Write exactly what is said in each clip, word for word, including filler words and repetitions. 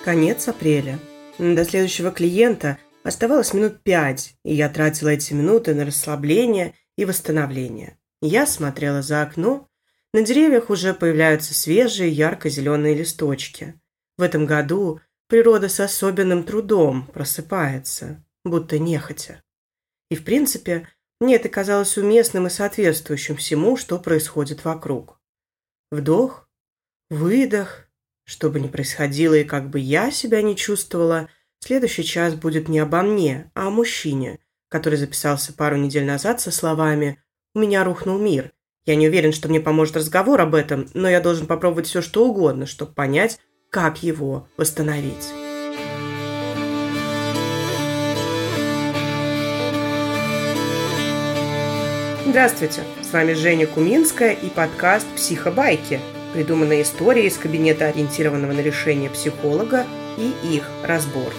Конец апреля. До следующего клиента оставалось минут пять, и я тратила эти минуты на расслабление и восстановление. Я смотрела за окно. На деревьях уже появляются свежие ярко-зеленые листочки. В этом году природа с особенным трудом просыпается, будто нехотя. И, в принципе, мне это казалось уместным и соответствующим всему, что происходит вокруг. Вдох, выдох. Что бы ни происходило и как бы я себя не чувствовала, следующий час будет не обо мне, а о мужчине, который записался пару недель назад со словами «У меня рухнул мир». Я не уверен, что мне поможет разговор об этом, но я должен попробовать все, что угодно, чтобы понять, как его восстановить. Здравствуйте, с вами Женя Куминская и подкаст «Психобайки». Придуманные истории из кабинета, ориентированного на решение психолога, и их разбор.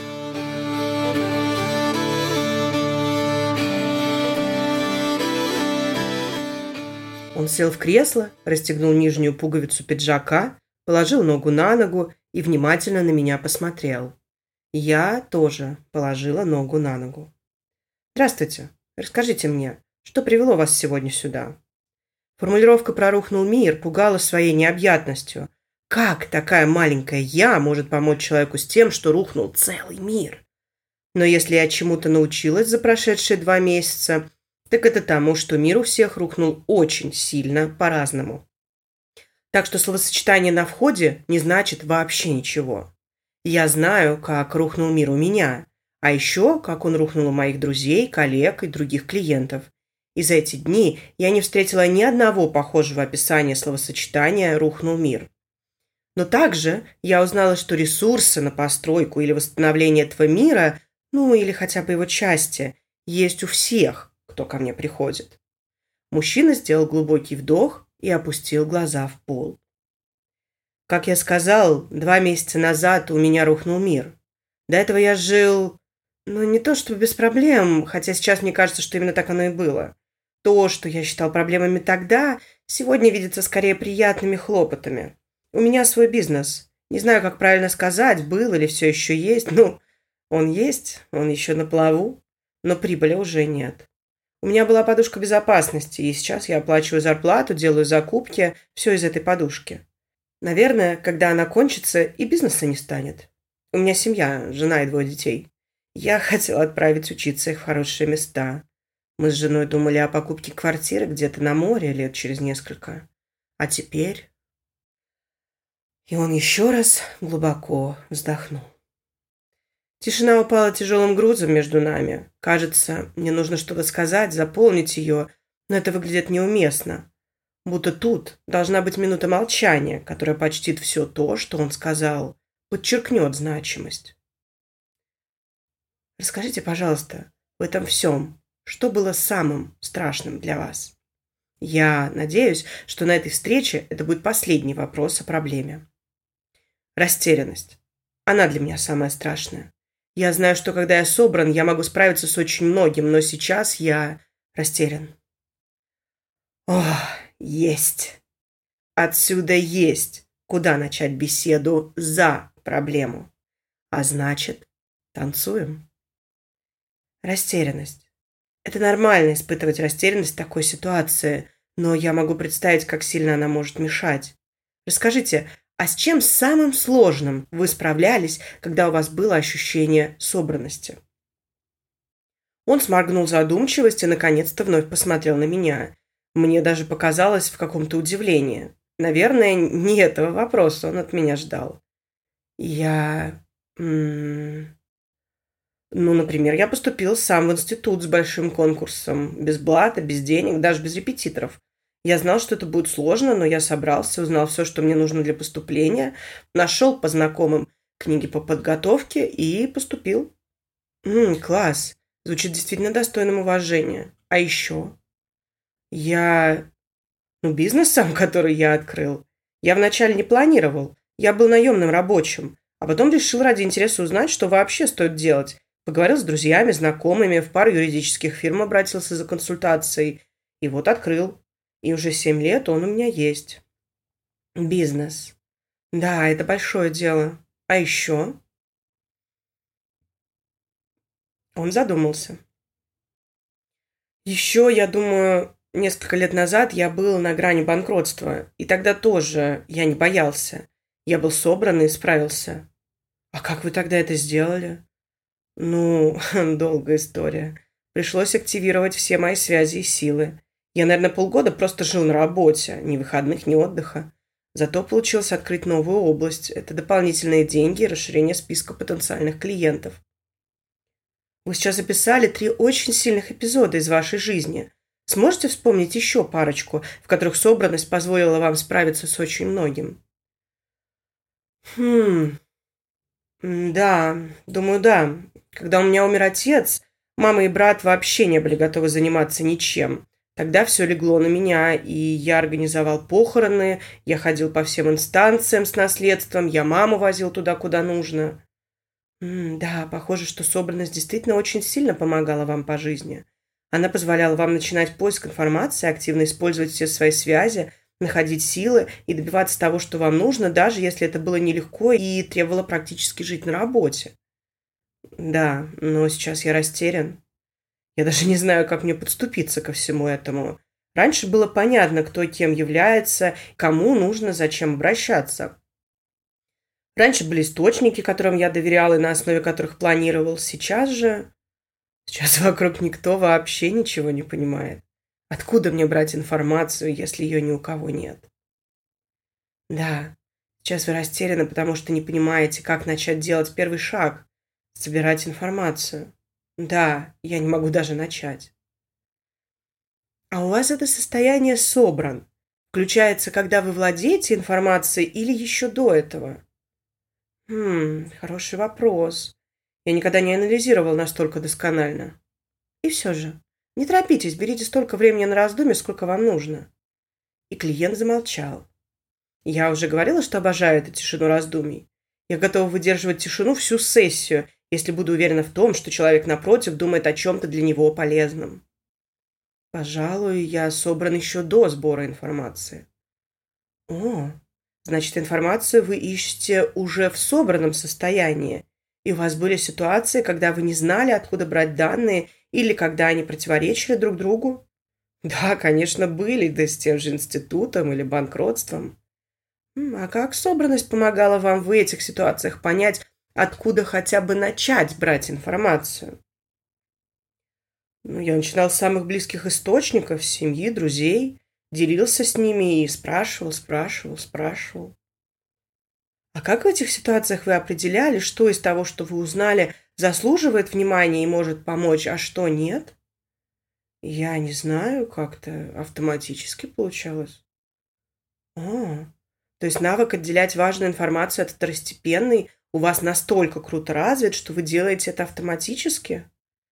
Он сел в кресло, расстегнул нижнюю пуговицу пиджака, положил ногу на ногу и внимательно на меня посмотрел. Я тоже положила ногу на ногу. «Здравствуйте. Расскажите мне, что привело вас сегодня сюда?» Формулировка про «рухнул мир» пугала своей необъятностью. Как такая маленькая «я» может помочь человеку с тем, что рухнул целый мир? Но если я чему-то научилась за прошедшие два месяца, так это тому, что мир у всех рухнул очень сильно по-разному. Так что словосочетание «на входе» не значит вообще ничего. Я знаю, как рухнул мир у меня, а еще как он рухнул у моих друзей, коллег и других клиентов. И за эти дни я не встретила ни одного похожего описания словосочетания «рухнул мир». Но также я узнала, что ресурсы на постройку или восстановление этого мира, ну или хотя бы его части, есть у всех, кто ко мне приходит. Мужчина сделал глубокий вдох и опустил глаза в пол. Как я сказал, два месяца назад у меня рухнул мир. До этого я жил, ну не то чтобы без проблем, хотя сейчас мне кажется, что именно так оно и было. То, что я считал проблемами тогда, сегодня видится скорее приятными хлопотами. У меня свой бизнес. Не знаю, как правильно сказать, был или все еще есть. Ну, он есть, он еще на плаву, но прибыли уже нет. У меня была подушка безопасности, и сейчас я оплачиваю зарплату, делаю закупки, все из этой подушки. Наверное, когда она кончится, и бизнеса не станет. У меня семья, жена и двое детей. Я хотела отправить учиться их в хорошие места. Мы с женой думали о покупке квартиры где-то на море лет через несколько. А теперь... И он еще раз глубоко вздохнул. Тишина упала тяжелым грузом между нами. Кажется, мне нужно что-то сказать, заполнить ее, но это выглядит неуместно. Будто тут должна быть минута молчания, которая почтит все то, что он сказал, подчеркнет значимость. Расскажите, пожалуйста, в этом всем, что было самым страшным для вас? Я надеюсь, что на этой встрече это будет последний вопрос о проблеме. Растерянность. Она для меня самая страшная. Я знаю, что когда я собран, я могу справиться с очень многим, но сейчас я растерян. Ох, есть. Отсюда есть, куда начать беседу за проблему. А значит, танцуем. Растерянность. Это нормально испытывать растерянность в такой ситуации, но я могу представить, как сильно она может мешать. Расскажите, а с чем самым сложным вы справлялись, когда у вас было ощущение собранности? Он сморгнул задумчивость и наконец-то вновь посмотрел на меня. Мне даже показалось в каком-то удивлении. Наверное, не этого вопроса он от меня ждал. Я... М- Ну, например, я поступил сам в институт с большим конкурсом, без блата, без денег, даже без репетиторов. Я знал, что это будет сложно, но я собрался, узнал все, что мне нужно для поступления, нашел по знакомым книги по подготовке и поступил. М, класс. Звучит действительно достойным уважения. А еще? Я... Ну, бизнес сам, который я открыл. Я вначале не планировал. Я был наемным рабочим. А потом решил ради интереса узнать, что вообще стоит делать. Поговорил с друзьями, знакомыми, в пару юридических фирм обратился за консультацией. И вот открыл. И уже семь лет он у меня есть. Бизнес. Да, это большое дело. А еще? Он задумался. Еще, я думаю, несколько лет назад я был на грани банкротства, и тогда тоже я не боялся. Я был собран и справился. А как вы тогда это сделали? Ну, долгая история. Пришлось активировать все мои связи и силы. Я, наверное, полгода просто жил на работе, ни выходных, ни отдыха. Зато получилось открыть новую область. Это дополнительные деньги и расширение списка потенциальных клиентов. Вы сейчас описали три очень сильных эпизода из вашей жизни. Сможете вспомнить еще парочку, в которых собранность позволила вам справиться с очень многим? Хм, м, да, думаю, да. Когда у меня умер отец, мама и брат вообще не были готовы заниматься ничем. Тогда все легло на меня, и я организовал похороны, я ходил по всем инстанциям с наследством, я маму возил туда, куда нужно. М, да, похоже, что собранность действительно очень сильно помогала вам по жизни. Она позволяла вам начинать поиск информации, активно использовать все свои связи, находить силы и добиваться того, что вам нужно, даже если это было нелегко и требовало практически жить на работе. Да, но сейчас я растерян. Я даже не знаю, как мне подступиться ко всему этому. Раньше было понятно, кто кем является, кому нужно, зачем обращаться. Раньше были источники, которым я доверял и на основе которых планировал. Сейчас же... Сейчас вокруг никто вообще ничего не понимает. Откуда мне брать информацию, если ее ни у кого нет? Да, сейчас вы растеряны, потому что не понимаете, как начать делать первый шаг. Собирать информацию. Да, я не могу даже начать. А у вас это состояние собран. Включается, когда вы владеете информацией или еще до этого? Хм, хороший вопрос. Я никогда не анализировал настолько досконально. И все же, не торопитесь, берите столько времени на раздумье, сколько вам нужно. И клиент замолчал. Я уже говорила, что обожаю эту тишину раздумий. Я готова выдерживать тишину всю сессию, если буду уверена в том, что человек напротив думает о чем-то для него полезном. Пожалуй, я собран еще до сбора информации. О, значит, информацию вы ищете уже в собранном состоянии. И у вас были ситуации, когда вы не знали, откуда брать данные, или когда они противоречили друг другу? Да, конечно, были, да с тем же институтом или банкротством. М, А как собранность помогала вам в этих ситуациях понять, откуда хотя бы начать брать информацию? Ну, я начинал с самых близких источников, семьи, друзей, делился с ними и спрашивал, спрашивал, спрашивал. А как в этих ситуациях вы определяли, что из того, что вы узнали, заслуживает внимания и может помочь, а что нет? Я не знаю, как-то автоматически получалось. А, то есть навык отделять важную информацию от второстепенной у вас настолько круто развит, что вы делаете это автоматически?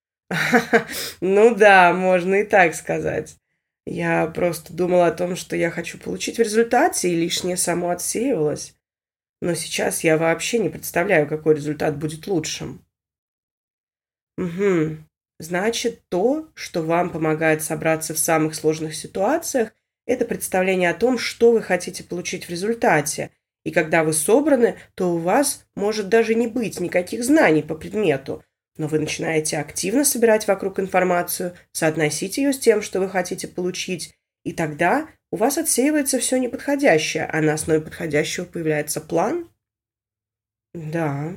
Ну да, можно и так сказать. Я просто думала о том, что я хочу получить в результате, и лишнее само отсеивалось. Но сейчас я вообще не представляю, какой результат будет лучшим. Угу. Значит, то, что вам помогает собраться в самых сложных ситуациях, это представление о том, что вы хотите получить в результате. И когда вы собраны, то у вас может даже не быть никаких знаний по предмету, но вы начинаете активно собирать вокруг информацию, соотносить ее с тем, что вы хотите получить, и тогда у вас отсеивается все неподходящее, а на основе подходящего появляется план. Да.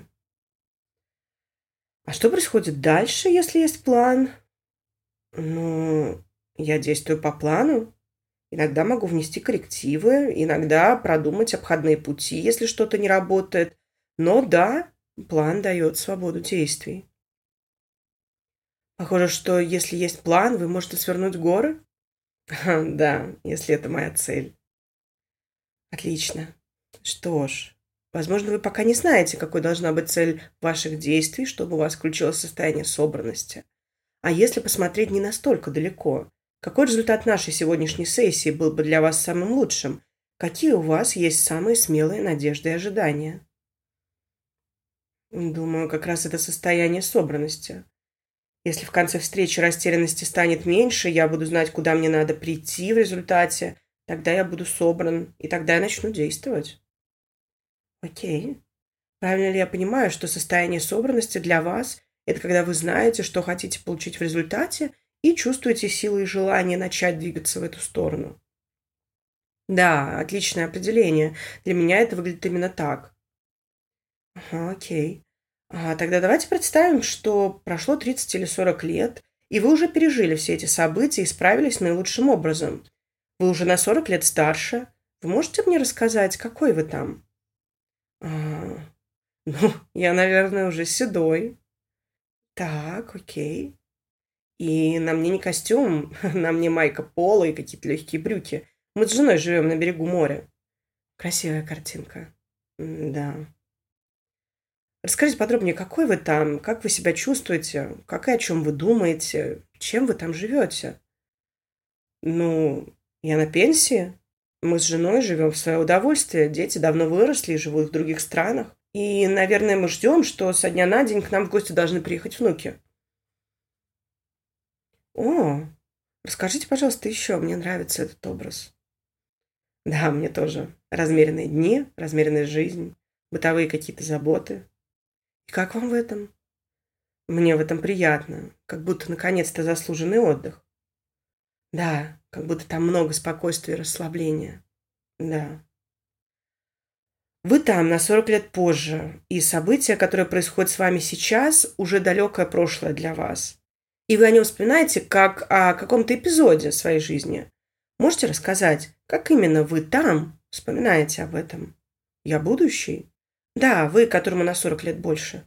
А что происходит дальше, если есть план? Ну, я действую по плану. Иногда могу внести коррективы, иногда продумать обходные пути, если что-то не работает. Но да, план дает свободу действий. Похоже, что если есть план, вы можете свернуть горы? Ха, да, если это моя цель. Отлично. Что ж, возможно, вы пока не знаете, какой должна быть цель ваших действий, чтобы у вас включилось состояние собранности. А если посмотреть не настолько далеко, какой результат нашей сегодняшней сессии был бы для вас самым лучшим? Какие у вас есть самые смелые надежды и ожидания? Думаю, как раз это состояние собранности. Если в конце встречи растерянности станет меньше, я буду знать, куда мне надо прийти в результате, тогда я буду собран, и тогда я начну действовать. Окей. Правильно ли я понимаю, что состояние собранности для вас– Это когда вы знаете, что хотите получить в результате, и чувствуете силу и желание начать двигаться в эту сторону. Да, отличное определение. Для меня это выглядит именно так. Ага, окей. А, тогда давайте представим, что прошло тридцать или сорок лет, и вы уже пережили все эти события и справились наилучшим образом. Вы уже на сорок лет старше. Вы можете мне рассказать, какой вы там? А, ну, я, наверное, уже седой. Так, окей. И на мне не костюм, на мне майка пола и какие-то легкие брюки. Мы с женой живем на берегу моря. Красивая картинка. М, Да. Расскажите подробнее, какой вы там, как вы себя чувствуете, как и о чем вы думаете, чем вы там живете? Ну, я на пенсии. Мы с женой живем в свое удовольствие. Дети давно выросли и живут в других странах. И, наверное, мы ждем, что со дня на день к нам в гости должны приехать внуки. О, расскажите, пожалуйста, еще. Мне нравится этот образ. Да, мне тоже. Размеренные дни, размеренная жизнь, бытовые какие-то заботы. И как вам в этом? Мне в этом приятно, как будто наконец-то заслуженный отдых. Да, как будто там много спокойствия и расслабления. Да. Вы там на сорок лет позже, и события, которые происходят с вами сейчас, уже далекое прошлое для вас. И вы о нем вспоминаете как о каком-то эпизоде своей жизни. Можете рассказать, как именно вы там вспоминаете об этом? Я будущий? Да, вы, которому на сорок лет больше.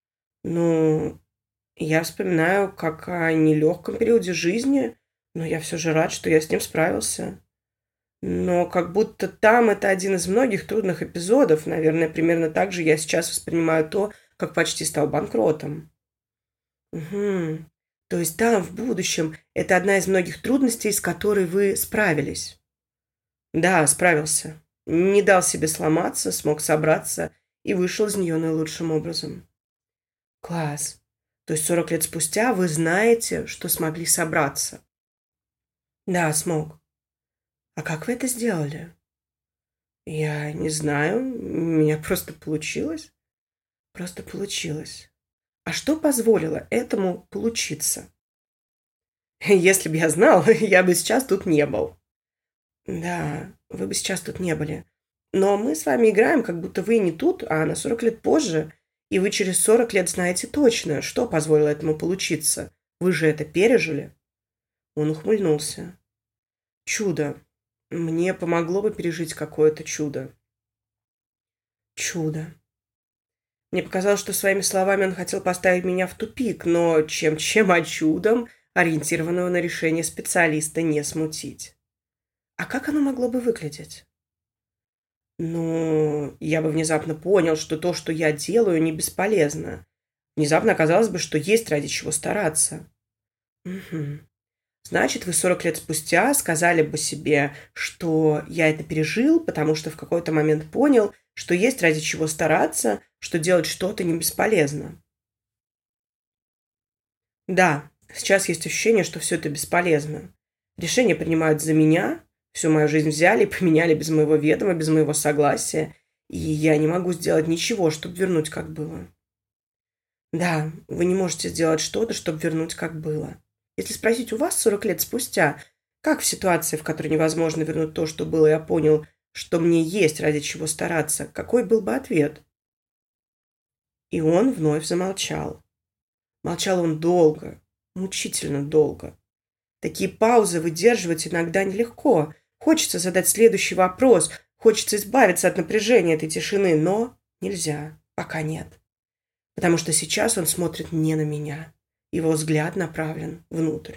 Ну, я вспоминаю как о нелегком периоде жизни, но я все же рад, что я с ним справился. Но как будто там это один из многих трудных эпизодов. Наверное, примерно так же я сейчас воспринимаю то, как почти стал банкротом. Мгм. То есть там, в будущем, это одна из многих трудностей, с которой вы справились. Да, справился. Не дал себе сломаться, смог собраться и вышел из нее наилучшим образом. Класс. То есть сорок лет спустя вы знаете, что смогли собраться. Да, смог. А как вы это сделали? Я не знаю. У меня просто получилось. Просто получилось. А что позволило этому получиться? Если бы я знал, я бы сейчас тут не был. Да, вы бы сейчас тут не были. Но мы с вами играем, как будто вы не тут, а на сорок лет позже. И вы через сорок лет знаете точно, что позволило этому получиться. Вы же это пережили. Он ухмыльнулся. Чудо. Мне помогло бы пережить какое-то чудо. Чудо. Мне показалось, что своими словами он хотел поставить меня в тупик, но чем-чем, а чудом, ориентированного на решение специалиста, не смутить. А как оно могло бы выглядеть? Ну, я бы внезапно понял, что то, что я делаю, не бесполезно. Внезапно оказалось бы, что есть ради чего стараться. Мгм. Значит, вы сорок лет спустя сказали бы себе, что я это пережил, потому что в какой-то момент понял, что есть ради чего стараться, что делать что-то не бесполезно. Да, сейчас есть ощущение, что все это бесполезно. Решения принимают за меня, всю мою жизнь взяли и поменяли без моего ведома, без моего согласия, и я не могу сделать ничего, чтобы вернуть, как было. Да, вы не можете сделать что-то, чтобы вернуть, как было. Если спросить у вас сорок лет спустя, как в ситуации, в которой невозможно вернуть то, что было, я понял, что мне есть ради чего стараться, какой был бы ответ? И он вновь замолчал. Молчал он долго, мучительно долго. Такие паузы выдерживать иногда нелегко. Хочется задать следующий вопрос, хочется избавиться от напряжения этой тишины, но нельзя, пока нет. Потому что сейчас он смотрит не на меня. Его взгляд направлен внутрь.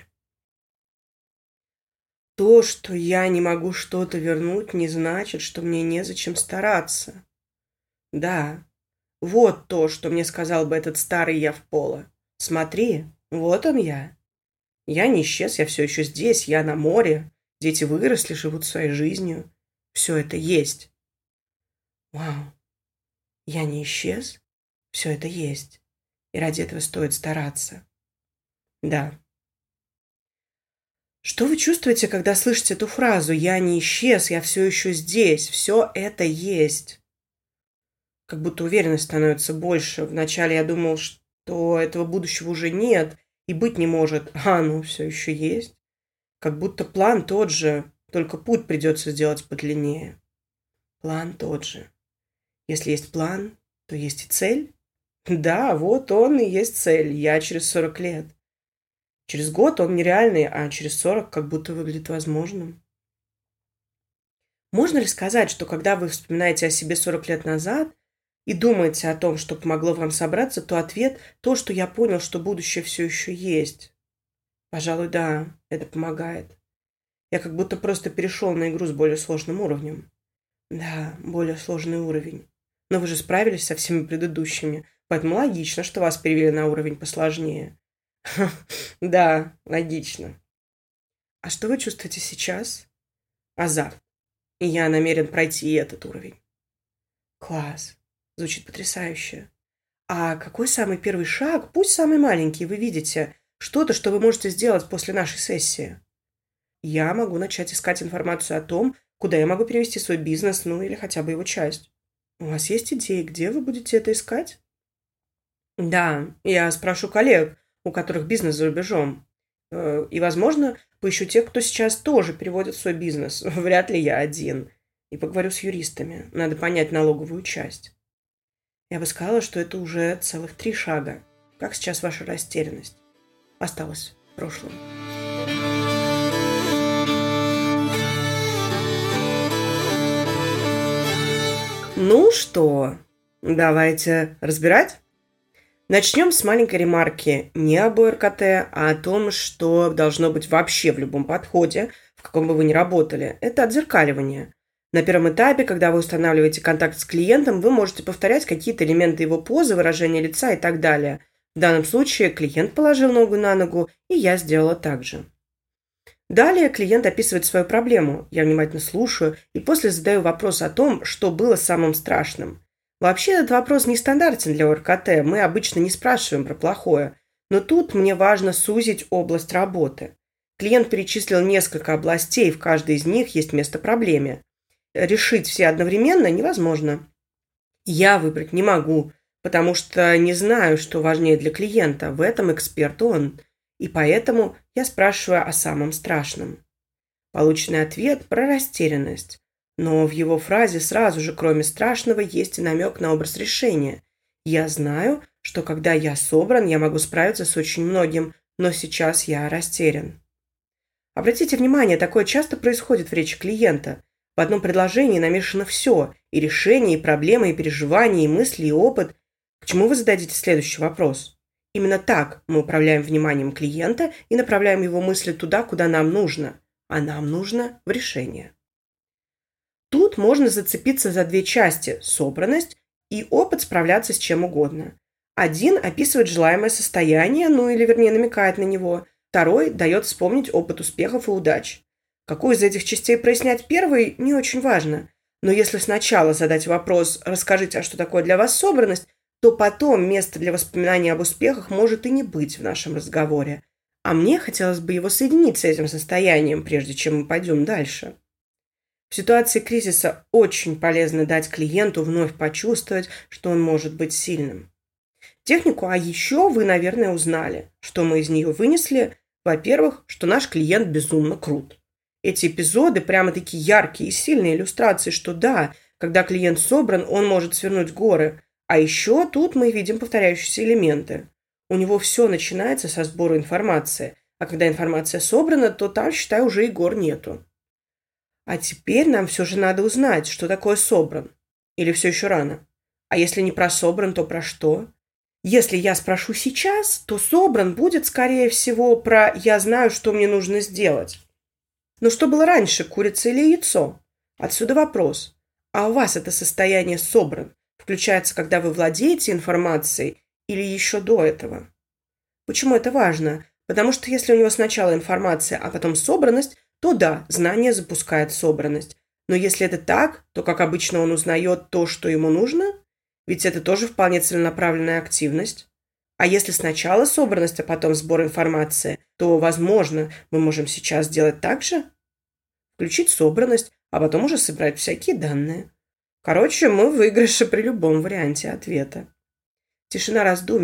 То, что я не могу что-то вернуть, не значит, что мне незачем стараться. Да, вот то, что мне сказал бы этот старый я в поло. Смотри, вот он я. Я не исчез, я все еще здесь, я на море. Дети выросли, живут своей жизнью. Все это есть. Вау, я не исчез, все это есть. И ради этого стоит стараться. Да. Что вы чувствуете, когда слышите эту фразу «я не исчез, я все еще здесь, все это есть»? Как будто уверенность становится больше. Вначале я думал, то этого будущего уже нет и быть не может, а оно все еще есть. Как будто план тот же, только путь придется сделать подлиннее. План тот же. Если есть план, то есть и цель. Да, вот он и есть цель. Я через сорок лет. Через год он нереальный, а через сорок как будто выглядит возможным. Можно ли сказать, что когда вы вспоминаете о себе сорок лет назад и думаете о том, что помогло вам собраться, то ответ– то, что я понял, что будущее все еще есть? Пожалуй, да, это помогает. Я как будто просто перешел на игру с более сложным уровнем. Да, более сложный уровень. Но вы же справились со всеми предыдущими, поэтому логично, что вас перевели на уровень посложнее. Да, логично. А что вы чувствуете сейчас? Азарт. И я намерен пройти и этот уровень. Класс. Звучит потрясающе. А какой самый первый шаг, пусть самый маленький, вы видите? Что-то, что вы можете сделать после нашей сессии? Я могу начать искать информацию о том, куда я могу перевести свой бизнес, ну или хотя бы его часть. У вас есть идеи, где вы будете это искать? Да, я спрошу коллег, у которых бизнес за рубежом. Э, И, возможно, поищу тех, кто сейчас тоже переводит свой бизнес. Вряд ли я один. И поговорю с юристами. Надо понять налоговую часть. Я бы сказала, что это уже целых три шага. Как сейчас ваша растерянность? Осталось в прошлом. Ну что, давайте разбирать? Начнем с маленькой ремарки не об о эр ка тэ, а о том, что должно быть вообще в любом подходе, в каком бы вы ни работали. Это отзеркаливание. На первом этапе, когда вы устанавливаете контакт с клиентом, вы можете повторять какие-то элементы его позы, выражения лица и так далее. В данном случае клиент положил ногу на ногу, и я сделала так же. Далее клиент описывает свою проблему, я внимательно слушаю и после задаю вопрос о том, что было самым страшным. Вообще этот вопрос не стандартен для о эр ка тэ, мы обычно не спрашиваем про плохое, но тут мне важно сузить область работы. Клиент перечислил несколько областей, в каждой из них есть место проблеме. Решить все одновременно невозможно. Я выбрать не могу, потому что не знаю, что важнее для клиента, в этом эксперт он. И поэтому я спрашиваю о самом страшном. Полученный ответ про растерянность. Но в его фразе сразу же, кроме страшного, есть и намек на образ решения. Я знаю, что когда я собран, я могу справиться с очень многим, но сейчас я растерян. Обратите внимание, такое часто происходит в речи клиента. В одном предложении намешано все – и решение, и проблемы, и переживания, и мысли, и опыт. К чему вы зададите следующий вопрос? Именно так мы управляем вниманием клиента и направляем его мысли туда, куда нам нужно. А нам нужно в решение. Тут можно зацепиться за две части – собранность и опыт справляться с чем угодно. Один описывает желаемое состояние, ну или вернее намекает на него. Второй дает вспомнить опыт успехов и удач. Какую из этих частей прояснять первой, не очень важно. Но если сначала задать вопрос «расскажите, а что такое для вас собранность», то потом место для воспоминаний об успехах может и не быть в нашем разговоре. А мне хотелось бы его соединить с этим состоянием, прежде чем мы пойдем дальше. В ситуации кризиса очень полезно дать клиенту вновь почувствовать, что он может быть сильным. Технику «а еще» вы, наверное, узнали. Что мы из нее вынесли? Во-первых, что наш клиент безумно крут. Эти эпизоды прямо такие яркие и сильные иллюстрации, что да, когда клиент собран, он может свернуть горы. А еще тут мы видим повторяющиеся элементы. У него все начинается со сбора информации, а когда информация собрана, то там, считай, уже и гор нету. А теперь нам все же надо узнать, что такое собран. Или все еще рано? А если не про собран, то про что? Если я спрошу сейчас, то собран будет, скорее всего, про «я знаю, что мне нужно сделать». Но что было раньше, курица или яйцо? Отсюда вопрос. А у вас это состояние собран включается, когда вы владеете информацией или еще до этого? Почему это важно? Потому что если у него сначала информация, а потом собранность, то да, знание запускает собранность. Но если это так, то, как обычно, он узнает то, что ему нужно? Ведь это тоже вполне целенаправленная активность. А если сначала собранность, а потом сбор информации, то, возможно, мы можем сейчас сделать так же? Включить собранность, а потом уже собрать всякие данные. Короче, мы в выигрыше при любом варианте ответа. Тишина раздумий.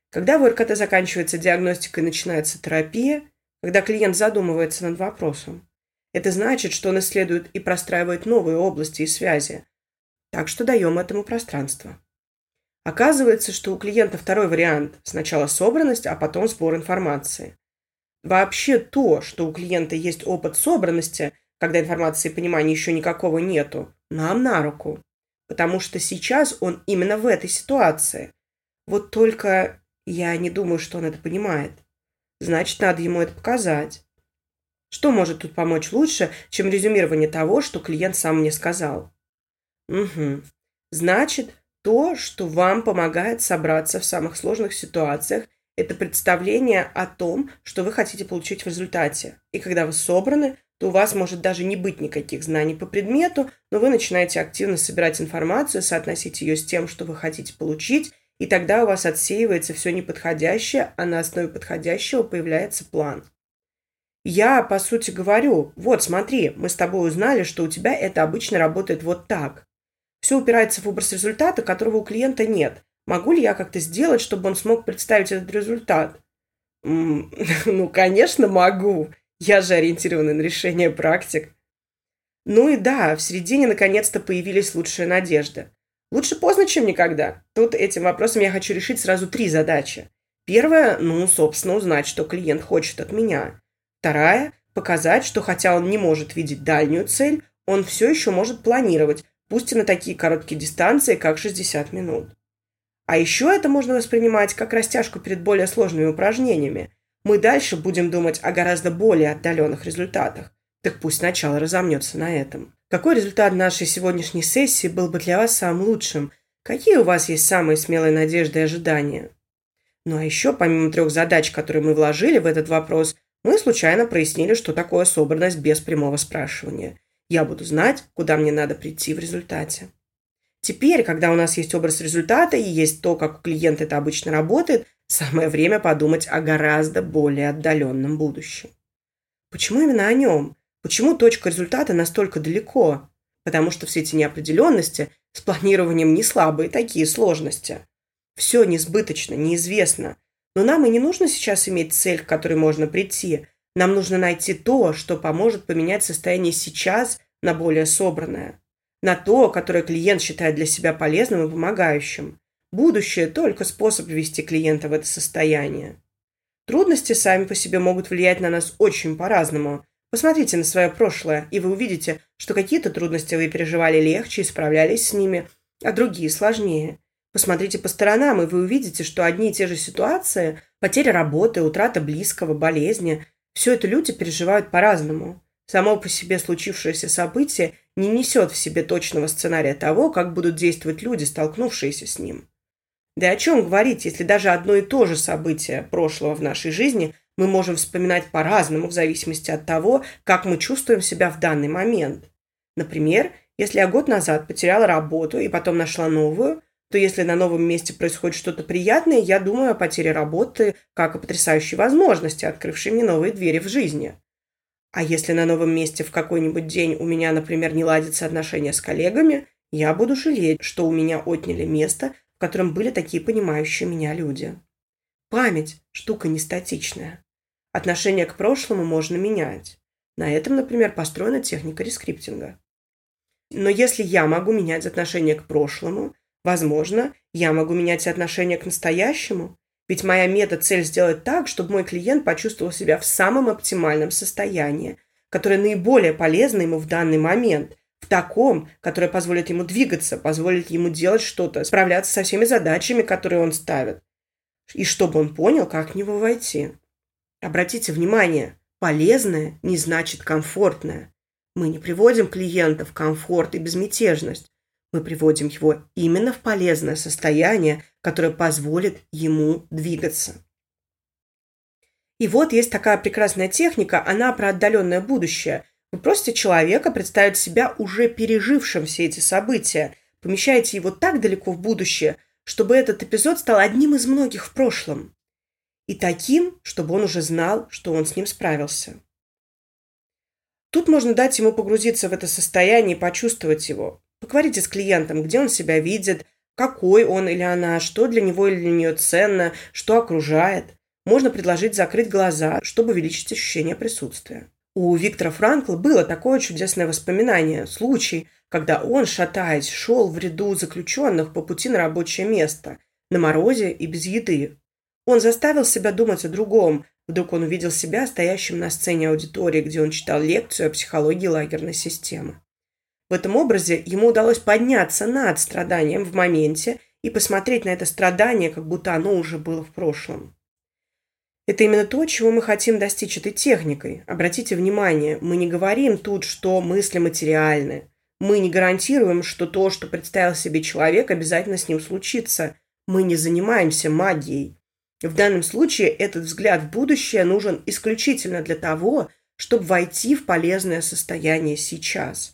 Когда в ОРКТ заканчивается диагностика и начинается терапия, когда клиент задумывается над вопросом, это значит, что он исследует и простраивает новые области и связи. Так что даем этому пространство. Оказывается, что у клиента второй вариант – сначала собранность, а потом сбор информации. Вообще то, что у клиента есть опыт собранности, когда информации и понимания еще никакого нету, нам на руку. Потому что сейчас он именно в этой ситуации. Вот только я не думаю, что он это понимает. Значит, надо ему это показать. Что может тут помочь лучше, чем резюмирование того, что клиент сам мне сказал? Угу. Значит, то, что вам помогает собраться в самых сложных ситуациях, это представление о том, что вы хотите получить в результате. И когда вы собраны, то у вас может даже не быть никаких знаний по предмету, но вы начинаете активно собирать информацию, соотносить ее с тем, что вы хотите получить, и тогда у вас отсеивается все неподходящее, а на основе подходящего появляется план. Я, по сути, говорю, вот смотри, мы с тобой узнали, что у тебя это обычно работает вот так. Все упирается в образ результата, которого у клиента нет. Могу ли я как-то сделать, чтобы он смог представить этот результат? М, Ну, конечно, могу. Я же ориентированный на решение практик. Ну и да, в середине наконец-то появились лучшие надежды. Лучше поздно, чем никогда. Тут этим вопросом я хочу решить сразу три задачи. Первая, ну, собственно, узнать, что клиент хочет от меня. Вторая, показать, что хотя он не может видеть дальнюю цель, он все еще может планировать, пусть и на такие короткие дистанции, как шестьдесят минут. А еще это можно воспринимать как растяжку перед более сложными упражнениями. Мы дальше будем думать о гораздо более отдаленных результатах. Так пусть сначала разомнется на этом. Какой результат нашей сегодняшней сессии был бы для вас самым лучшим? Какие у вас есть самые смелые надежды и ожидания? Ну а еще, помимо трех задач, которые мы вложили в этот вопрос, мы случайно прояснили, что такое собранность без прямого спрашивания. Я буду знать, куда мне надо прийти в результате. Теперь, когда у нас есть образ результата и есть то, как у клиента это обычно работает, самое время подумать о гораздо более отдаленном будущем. Почему именно о нем? Почему точка результата настолько далеко? Потому что все эти неопределенности с планированием не слабые такие сложности. Все несбыточно, неизвестно. Но нам и не нужно сейчас иметь цель, к которой можно прийти. Нам нужно найти то, что поможет поменять состояние сейчас на более собранное. На то, которое клиент считает для себя полезным и помогающим. Будущее – только способ ввести клиента в это состояние. Трудности сами по себе могут влиять на нас очень по-разному. Посмотрите на свое прошлое, и вы увидите, что какие-то трудности вы переживали легче и справлялись с ними, а другие сложнее. Посмотрите по сторонам, и вы увидите, что одни и те же ситуации – потеря работы, утрата близкого, болезни – все это люди переживают по-разному. Само по себе случившееся событие не несет в себе точного сценария того, как будут действовать люди, столкнувшиеся с ним. Да и о чем говорить, если даже одно и то же событие прошлого в нашей жизни мы можем вспоминать по-разному в зависимости от того, как мы чувствуем себя в данный момент. Например, если я год назад потеряла работу и потом нашла новую, то если на новом месте происходит что-то приятное, я думаю о потере работы как о потрясающей возможности, открывшей мне новые двери в жизни. А если на новом месте в какой-нибудь день у меня, например, не ладятся отношения с коллегами, я буду жалеть, что у меня отняли место, в котором были такие понимающие меня люди. Память – штука не статичная. Отношение к прошлому можно менять. На этом, например, построена техника рескриптинга. Но если я могу менять отношение к прошлому, возможно, я могу менять отношение к настоящему. Ведь моя мета-цель сделать так, чтобы мой клиент почувствовал себя в самом оптимальном состоянии, которое наиболее полезно ему в данный момент, в таком, которое позволит ему двигаться, позволит ему делать что-то, справляться со всеми задачами, которые он ставит, и чтобы он понял, как в него войти. Обратите внимание, полезное не значит комфортное. Мы не приводим клиента в комфорт и безмятежность. Мы приводим его именно в полезное состояние, которое позволит ему двигаться. И вот есть такая прекрасная техника, она про отдаленное будущее. Вы просите человека представить себя уже пережившим все эти события, помещаете его так далеко в будущее, чтобы этот эпизод стал одним из многих в прошлом. И таким, чтобы он уже знал, что он с ним справился. Тут можно дать ему погрузиться в это состояние и почувствовать его. Поговорите с клиентом, где он себя видит, какой он или она, что для него или для нее ценно, что окружает. Можно предложить закрыть глаза, чтобы увеличить ощущение присутствия. У Виктора Франкла было такое чудесное воспоминание, случай, когда он, шатаясь, шел в ряду заключенных по пути на рабочее место, на морозе и без еды. Он заставил себя думать о другом. Вдруг он увидел себя стоящим на сцене аудитории, где он читал лекцию о психологии лагерной системы. В этом образе ему удалось подняться над страданием в моменте и посмотреть на это страдание, как будто оно уже было в прошлом. Это именно то, чего мы хотим достичь этой техникой. Обратите внимание, мы не говорим тут, что мысли материальны. Мы не гарантируем, что то, что представил себе человек, обязательно с ним случится. Мы не занимаемся магией. В данном случае этот взгляд в будущее нужен исключительно для того, чтобы войти в полезное состояние сейчас.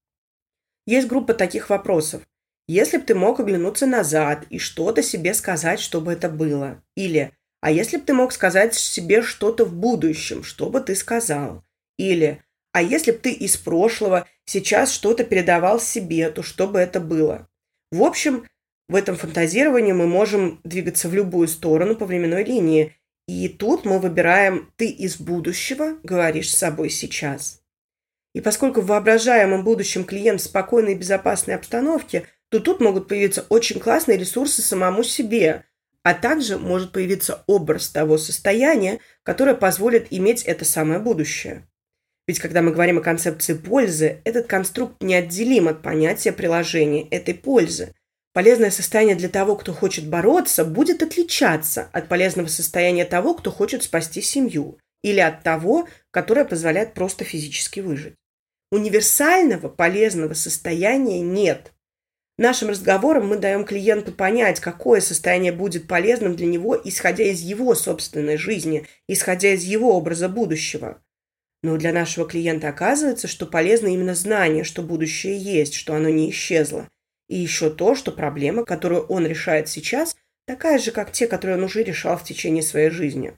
Есть группа таких вопросов. Если бы ты мог оглянуться назад и что-то себе сказать, чтобы это было? Или «А если бы ты мог сказать себе что-то в будущем, что бы ты сказал?» Или «А если бы ты из прошлого сейчас что-то передавал себе, то что бы это было?» В общем, в этом фантазировании мы можем двигаться в любую сторону по временной линии. И тут мы выбираем «ты из будущего говоришь с собой сейчас». И поскольку в воображаемом будущем клиент в спокойной и безопасной обстановке, то тут могут появиться очень классные ресурсы самому себе, а также может появиться образ того состояния, которое позволит иметь это самое будущее. Ведь когда мы говорим о концепции пользы, этот конструкт неотделим от понятия приложения этой пользы. Полезное состояние для того, кто хочет бороться, будет отличаться от полезного состояния того, кто хочет спасти семью, или от того, которое позволяет просто физически выжить. Универсального полезного состояния нет. Нашим разговором мы даем клиенту понять, какое состояние будет полезным для него, исходя из его собственной жизни, исходя из его образа будущего. Но для нашего клиента оказывается, что полезно именно знание, что будущее есть, что оно не исчезло. И еще то, что проблема, которую он решает сейчас, такая же, как те, которые он уже решал в течение своей жизни.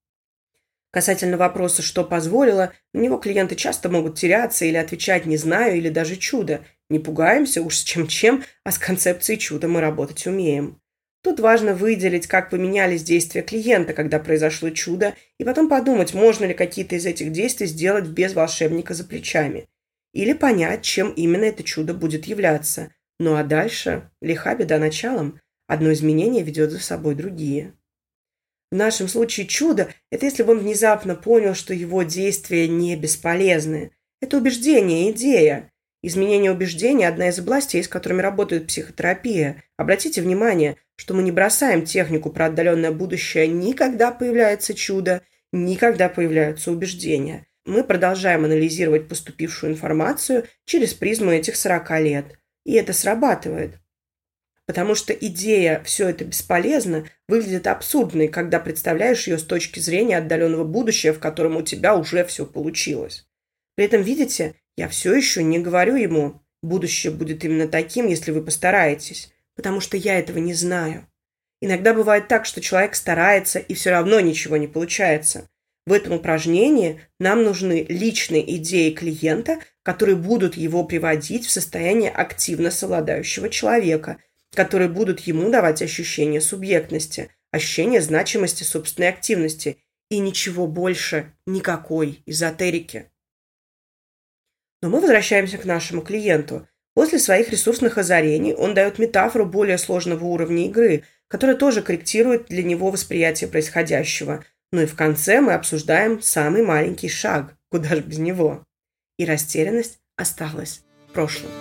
Касательно вопроса, что позволило, на него клиенты часто могут теряться или отвечать «не знаю» или даже «чудо». Не пугаемся, уж с чем-чем, а с концепцией чуда мы работать умеем. Тут важно выделить, как поменялись действия клиента, когда произошло чудо, и потом подумать, можно ли какие-то из этих действий сделать без волшебника за плечами. Или понять, чем именно это чудо будет являться. Ну а дальше лиха беда началом. Одно изменение ведет за собой другие. В нашем случае чудо – это если бы он внезапно понял, что его действия не бесполезны. Это убеждение, идея. Изменение убеждений – одна из областей, с которыми работает психотерапия. Обратите внимание, что мы не бросаем технику про отдаленное будущее ни когда появляется чудо, ни когда появляются убеждения. Мы продолжаем анализировать поступившую информацию через призму этих сорока лет. И это срабатывает. Потому что идея «все это бесполезно» выглядит абсурдной, когда представляешь ее с точки зрения отдаленного будущего, в котором у тебя уже все получилось. При этом, видите, я все еще не говорю ему «будущее будет именно таким, если вы постараетесь», потому что я этого не знаю. Иногда бывает так, что человек старается, и все равно ничего не получается. В этом упражнении нам нужны личные идеи клиента, которые будут его приводить в состояние активно совладающего человека, которые будут ему давать ощущение субъектности, ощущение значимости собственной активности и ничего больше, никакой эзотерики. Но мы возвращаемся к нашему клиенту. После своих ресурсных озарений он дает метафору более сложного уровня игры, которая тоже корректирует для него восприятие происходящего. Ну и в конце мы обсуждаем самый маленький шаг, куда же без него. И растерянность осталась в прошлом.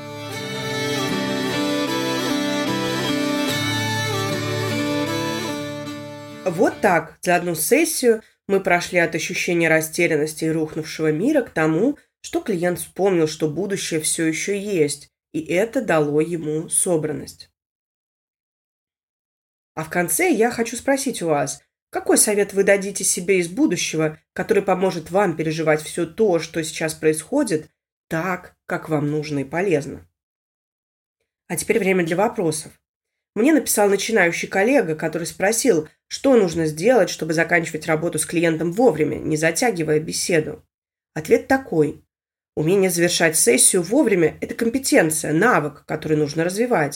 Вот так, за одну сессию мы прошли от ощущения растерянности и рухнувшего мира к тому, что клиент вспомнил, что будущее все еще есть, и это дало ему собранность. А в конце я хочу спросить у вас, какой совет вы дадите себе из будущего, который поможет вам переживать все то, что сейчас происходит, так, как вам нужно и полезно? А теперь время для вопросов. Мне написал начинающий коллега, который спросил, что нужно сделать, чтобы заканчивать работу с клиентом вовремя, не затягивая беседу. Ответ такой. Умение завершать сессию вовремя – это компетенция, навык, который нужно развивать.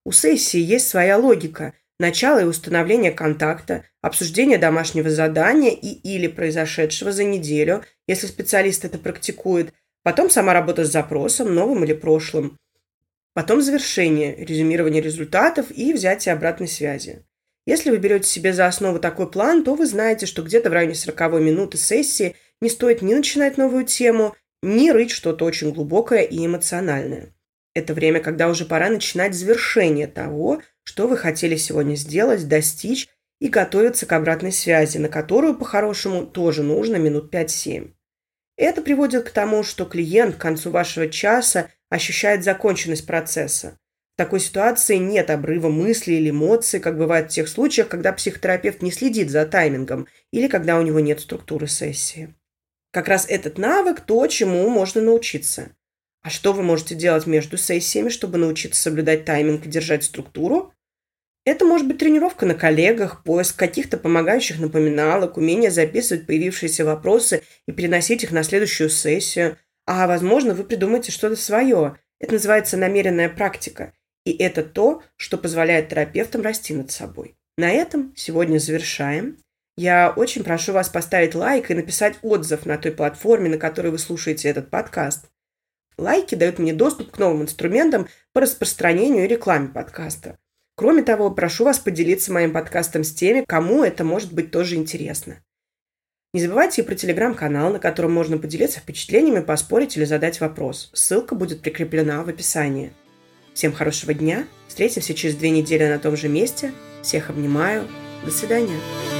У сессии есть своя логика. Начало и установление контакта, обсуждение домашнего задания и или произошедшего за неделю, если специалист это практикует, потом сама работа с запросом, новым или прошлым, потом завершение, резюмирование результатов и взятие обратной связи. Если вы берете себе за основу такой план, то вы знаете, что где-то в районе сороковой минуты сессии не стоит ни начинать новую тему, ни рыть что-то очень глубокое и эмоциональное. Это время, когда уже пора начинать завершение того, что вы хотели сегодня сделать, достичь и готовиться к обратной связи, на которую, по-хорошему, тоже нужно минут пять-семь. Это приводит к тому, что клиент к концу вашего часа ощущает законченность процесса. В такой ситуации нет обрыва мыслей или эмоций, как бывает в тех случаях, когда психотерапевт не следит за таймингом или когда у него нет структуры сессии. Как раз этот навык – то, чему можно научиться. А что вы можете делать между сессиями, чтобы научиться соблюдать тайминг и держать структуру? Это может быть тренировка на коллегах, поиск каких-то помогающих напоминалок, умение записывать появившиеся вопросы и переносить их на следующую сессию. А, возможно, вы придумаете что-то свое. Это называется намеренная практика. И это то, что позволяет терапевтам расти над собой. На этом сегодня завершаем. Я очень прошу вас поставить лайк и написать отзыв на той платформе, на которой вы слушаете этот подкаст. Лайки дают мне доступ к новым инструментам по распространению и рекламе подкаста. Кроме того, прошу вас поделиться моим подкастом с теми, кому это может быть тоже интересно. Не забывайте и про телеграм-канал, на котором можно поделиться впечатлениями, поспорить или задать вопрос. Ссылка будет прикреплена в описании. Всем хорошего дня. Встретимся через две недели на том же месте. Всех обнимаю. До свидания.